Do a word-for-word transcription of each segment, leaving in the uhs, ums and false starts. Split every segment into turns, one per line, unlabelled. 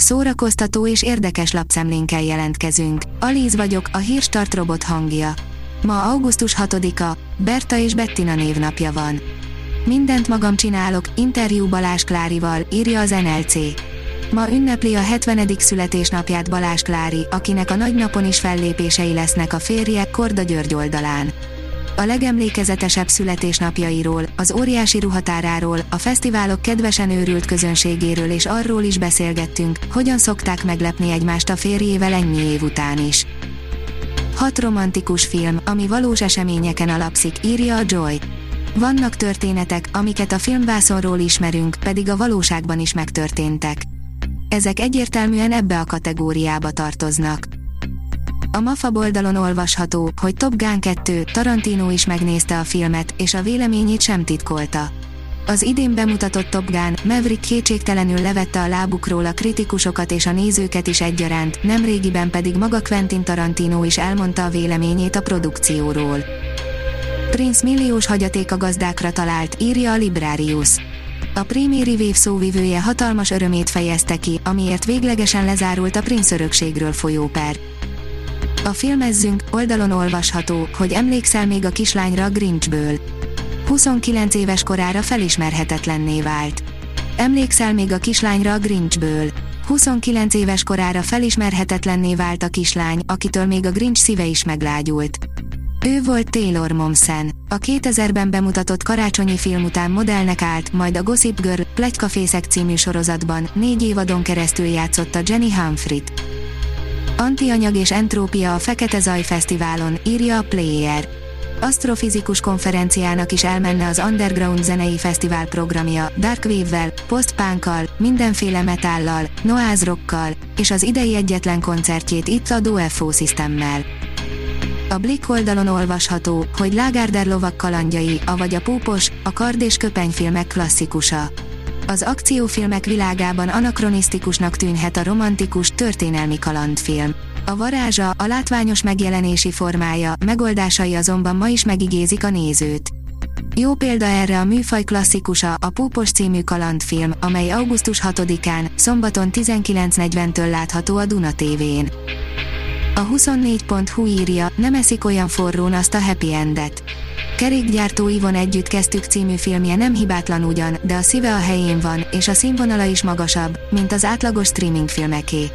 szórakoztató és érdekes lapszemlénkkel jelentkezünk. Alíz vagyok, a Hírstart robot hangja. Ma augusztus hatodika, Berta és Bettina névnapja van. Mindent magam csinálok, interjú Balázs Klárival, írja az en el cé. Ma ünnepli a hetvenedik születésnapját Balázs Klári, akinek a nagynapon is fellépései lesznek a férje, Korda György oldalán. A legemlékezetesebb születésnapjairól, az óriási ruhatáráról, a fesztiválok kedvesen őrült közönségéről és arról is beszélgettünk, hogyan szokták meglepni egymást a férjével ennyi év után is. Hat romantikus film, ami valós eseményeken alapszik, írja a Joy. Vannak történetek, amiket a filmvászonról ismerünk, pedig a valóságban is megtörténtek. Ezek egyértelműen ebbe a kategóriába tartoznak. A MAFA oldalon olvasható, hogy Top Gun kettő, Tarantino is megnézte a filmet, és a véleményét sem titkolta. Az idén bemutatott Top Gun, Maverick kétségtelenül levette a lábukról a kritikusokat és a nézőket is egyaránt, nemrégiben pedig maga Quentin Tarantino is elmondta a véleményét a produkcióról. Prince milliós hagyatékagazdákra talált, írja a Librarius. A Primary Wave szóvivője hatalmas örömét fejezte ki, amiért véglegesen lezárult a Prince örökségről folyó per. A Filmezzünk oldalon olvasható, hogy emlékszel még a kislányra a Grinchből. huszonkilenc éves korára felismerhetetlenné vált. Emlékszel még a kislányra a Grinchből. huszonkilenc éves korára felismerhetetlenné vált a kislány, akitől még a Grinch szíve is meglágyult. Ő volt Taylor Momsen. A kétezerben bemutatott karácsonyi film után modellnek állt, majd a Gossip Girl, Pletykafészek című sorozatban négy évadon keresztül játszotta Jenny Humphreyt. Antianyag és entrópia a Fekete Zaj Fesztiválon, írja a Player. Asztrofizikus konferenciának is elmenne az Underground zenei fesztivál programja, Dark Wave-vel, post-punkkal, mindenféle metállal, noise rockkal, és az idei egyetlen koncertjét itt a u ef o Systemmel. A Blick oldalon olvasható, hogy Lagardère lovak kalandjai, avagy a Púpos, a kard- és köpenyfilmek klasszikusa. Az akciófilmek világában anakronisztikusnak tűnhet a romantikus, történelmi kalandfilm. A varázsa, a látványos megjelenési formája, megoldásai azonban ma is megigézik a nézőt. Jó példa erre a műfaj klasszikusa, a Púpos című kalandfilm, amely augusztus hatodikán, szombaton tizenkilenc negyventől látható a Duna té vén. A huszonnégy pont hu írja, nem eszik olyan forrón azt a happy endet. Kerékgyártó Ivon Együtt kezdtük című filmje nem hibátlan ugyan, de a szíve a helyén van, és a színvonala is magasabb, mint az átlagos streaming filmeké.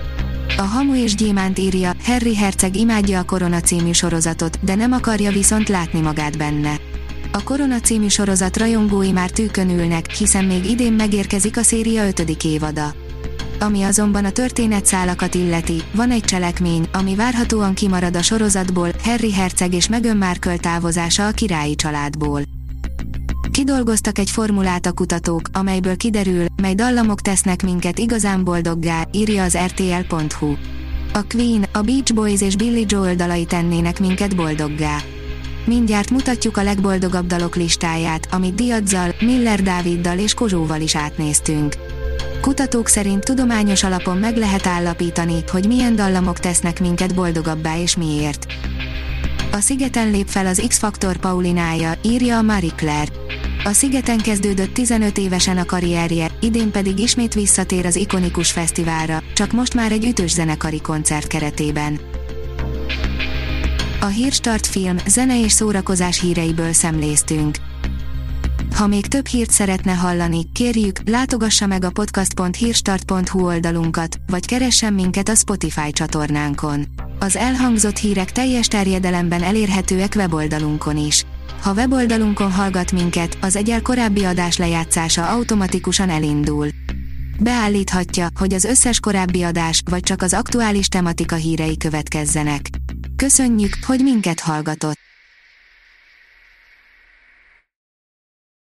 A Hamu és Gyémánt írja, Harry herceg imádja a Korona című sorozatot, de nem akarja viszont látni magát benne. A Korona című sorozat rajongói már tűkön ülnek, hiszen még idén megérkezik a széria ötödik évada. Ami azonban a történetszálakat illeti, van egy cselekmény, ami várhatóan kimarad a sorozatból, Harry herceg és Meghan Markle távozása a királyi családból. Kidolgoztak egy formulát a kutatók, amelyből kiderül, mely dallamok tesznek minket igazán boldoggá, írja az er té el pont hu. A Queen, a Beach Boys és Billy Joel dalai tennének minket boldoggá. Mindjárt mutatjuk a legboldogabb dalok listáját, amit Diazzal, Miller Dáviddal és Kozsóval is átnéztünk. Kutatók szerint tudományos alapon meg lehet állapítani, hogy milyen dallamok tesznek minket boldogabbá és miért. A Szigeten lép fel az X-Factor Paulinája, írja a Marie Claire. A Szigeten kezdődött tizenöt évesen a karrierje, idén pedig ismét visszatér az ikonikus fesztiválra, csak most már egy ütős zenekari koncert keretében. A Hírstart film, zene és szórakozás híreiből szemléztünk. Ha még több hírt szeretne hallani, kérjük, látogassa meg a podcast pont hírstart pont hu oldalunkat, vagy keressen minket a Spotify csatornánkon. Az elhangzott hírek teljes terjedelemben elérhetőek weboldalunkon is. Ha weboldalunkon hallgat minket, az egyel korábbi adás lejátszása automatikusan elindul. Beállíthatja, hogy az összes korábbi adás, vagy csak az aktuális tematika hírei következzenek. Köszönjük, hogy minket hallgatott!